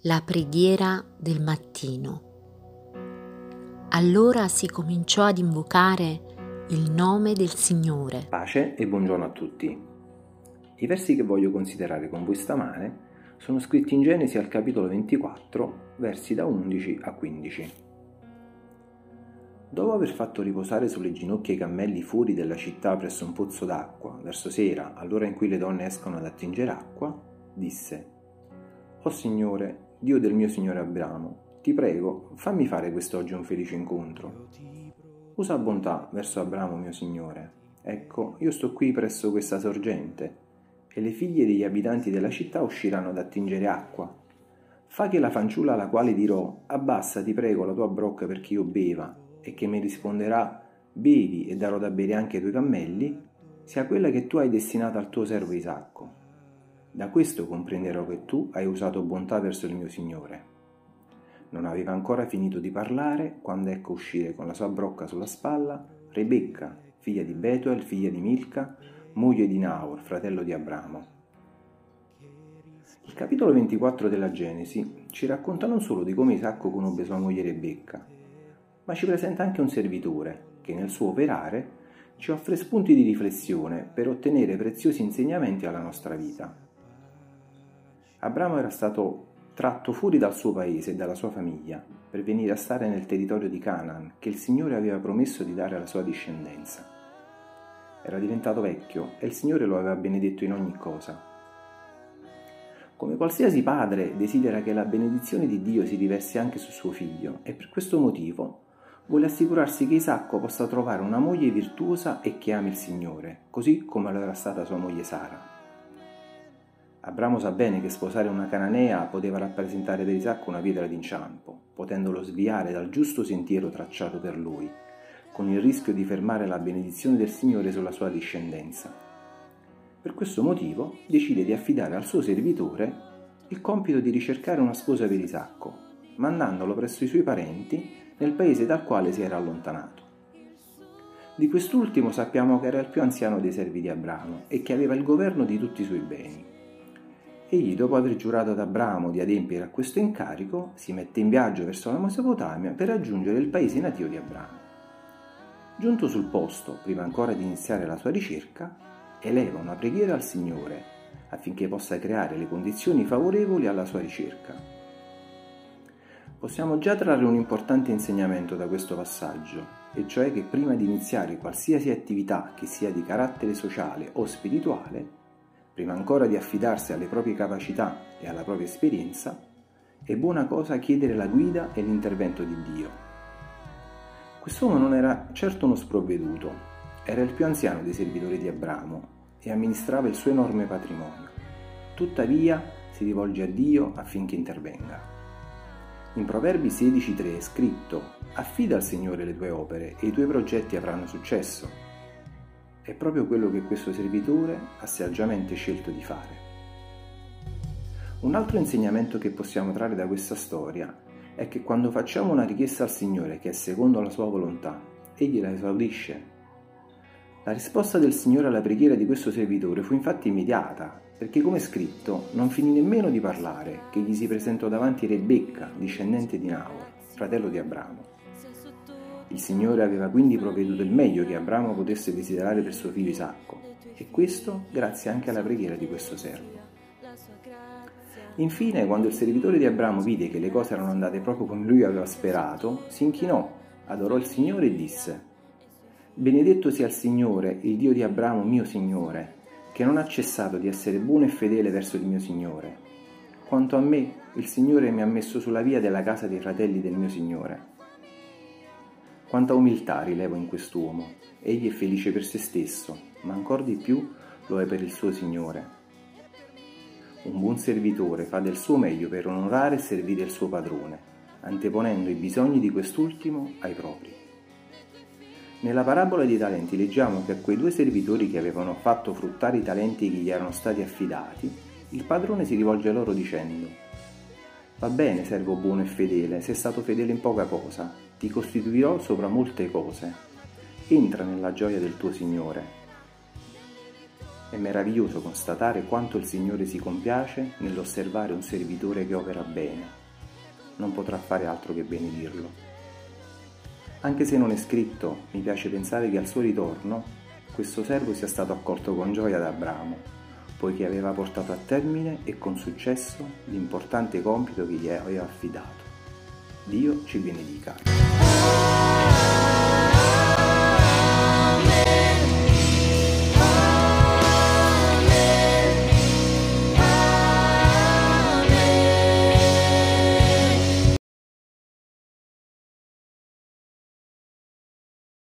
La preghiera del mattino. Allora si cominciò ad invocare il nome del Signore. Pace e buongiorno a tutti. I versi che voglio considerare con voi stamane sono scritti in Genesi al capitolo 24, versi da 11 a 15. Dopo aver fatto riposare sulle ginocchia i cammelli fuori della città presso un pozzo d'acqua, verso sera, all'ora in cui le donne escono ad attingere acqua, disse: «O Signore, Dio del mio Signore Abramo, ti prego, fammi fare quest'oggi un felice incontro. Usa bontà verso Abramo mio Signore. Ecco, io sto qui presso questa sorgente, e le figlie degli abitanti della città usciranno ad attingere acqua. Fa che la fanciulla alla quale dirò: abbassa, ti prego, la tua brocca perché io beva, e che mi risponderà: bevi e darò da bere anche ai tuoi cammelli, sia quella che tu hai destinata al tuo servo Isacco. Da questo comprenderò che tu hai usato bontà verso il mio Signore». Non aveva ancora finito di parlare quando ecco uscire con la sua brocca sulla spalla Rebecca, figlia di Betuel, figlia di Milca, moglie di Nahor, fratello di Abramo. Il capitolo 24 della Genesi ci racconta non solo di come Isacco conobbe sua moglie Rebecca, ma ci presenta anche un servitore che nel suo operare ci offre spunti di riflessione per ottenere preziosi insegnamenti alla nostra vita. Abramo era stato tratto fuori dal suo paese e dalla sua famiglia per venire a stare nel territorio di Canaan che il Signore aveva promesso di dare alla sua discendenza. Era diventato vecchio e il Signore lo aveva benedetto in ogni cosa. Come qualsiasi padre desidera che la benedizione di Dio si riversi anche su suo figlio e per questo motivo vuole assicurarsi che Isacco possa trovare una moglie virtuosa e che ami il Signore, così come lo era stata sua moglie Sara. Abramo sa bene che sposare una cananea poteva rappresentare per Isacco una pietra d'inciampo, potendolo sviare dal giusto sentiero tracciato per lui, con il rischio di fermare la benedizione del Signore sulla sua discendenza. Per questo motivo decide di affidare al suo servitore il compito di ricercare una sposa per Isacco, mandandolo presso i suoi parenti nel paese dal quale si era allontanato. Di quest'ultimo sappiamo che era il più anziano dei servi di Abramo e che aveva il governo di tutti i suoi beni. Egli, dopo aver giurato ad Abramo di adempiere a questo incarico, si mette in viaggio verso la Mesopotamia per raggiungere il paese natio di Abramo. Giunto sul posto, prima ancora di iniziare la sua ricerca, eleva una preghiera al Signore affinché possa creare le condizioni favorevoli alla sua ricerca. Possiamo già trarre un importante insegnamento da questo passaggio, e cioè che prima di iniziare qualsiasi attività che sia di carattere sociale o spirituale, prima ancora di affidarsi alle proprie capacità e alla propria esperienza, è buona cosa chiedere la guida e l'intervento di Dio. Quest'uomo non era certo uno sprovveduto, era il più anziano dei servitori di Abramo e amministrava il suo enorme patrimonio. Tuttavia si rivolge a Dio affinché intervenga. In Proverbi 16,3 è scritto: «Affida al Signore le tue opere e i tuoi progetti avranno successo». È proprio quello che questo servitore ha saggiamente scelto di fare. Un altro insegnamento che possiamo trarre da questa storia è che quando facciamo una richiesta al Signore che è secondo la sua volontà, Egli la esaudisce. La risposta del Signore alla preghiera di questo servitore fu infatti immediata, perché come è scritto, non finì nemmeno di parlare che gli si presentò davanti Rebecca, discendente di Nahor, fratello di Abramo. Il Signore aveva quindi provveduto il meglio che Abramo potesse desiderare per suo figlio Isacco, e questo grazie anche alla preghiera di questo servo. Infine, quando il servitore di Abramo vide che le cose erano andate proprio come lui aveva sperato, si inchinò, adorò il Signore e disse: «Benedetto sia il Signore, il Dio di Abramo mio Signore, che non ha cessato di essere buono e fedele verso il mio Signore. Quanto a me, il Signore mi ha messo sulla via della casa dei fratelli del mio Signore». Quanta umiltà rilevo in quest'uomo. Egli è felice per se stesso, ma ancor di più lo è per il suo Signore. Un buon servitore fa del suo meglio per onorare e servire il suo padrone, anteponendo i bisogni di quest'ultimo ai propri. Nella parabola dei talenti leggiamo che a quei due servitori che avevano fatto fruttare i talenti che gli erano stati affidati, il padrone si rivolge loro dicendo: «Va bene, servo buono e fedele, sei stato fedele in poca cosa, ti costituirò sopra molte cose. Entra nella gioia del tuo Signore». È meraviglioso constatare quanto il Signore si compiace nell'osservare un servitore che opera bene. Non potrà fare altro che benedirlo. Anche se non è scritto, mi piace pensare che al suo ritorno questo servo sia stato accolto con gioia da Abramo, poiché aveva portato a termine e con successo l'importante compito che gli aveva affidato. Dio ci benedica.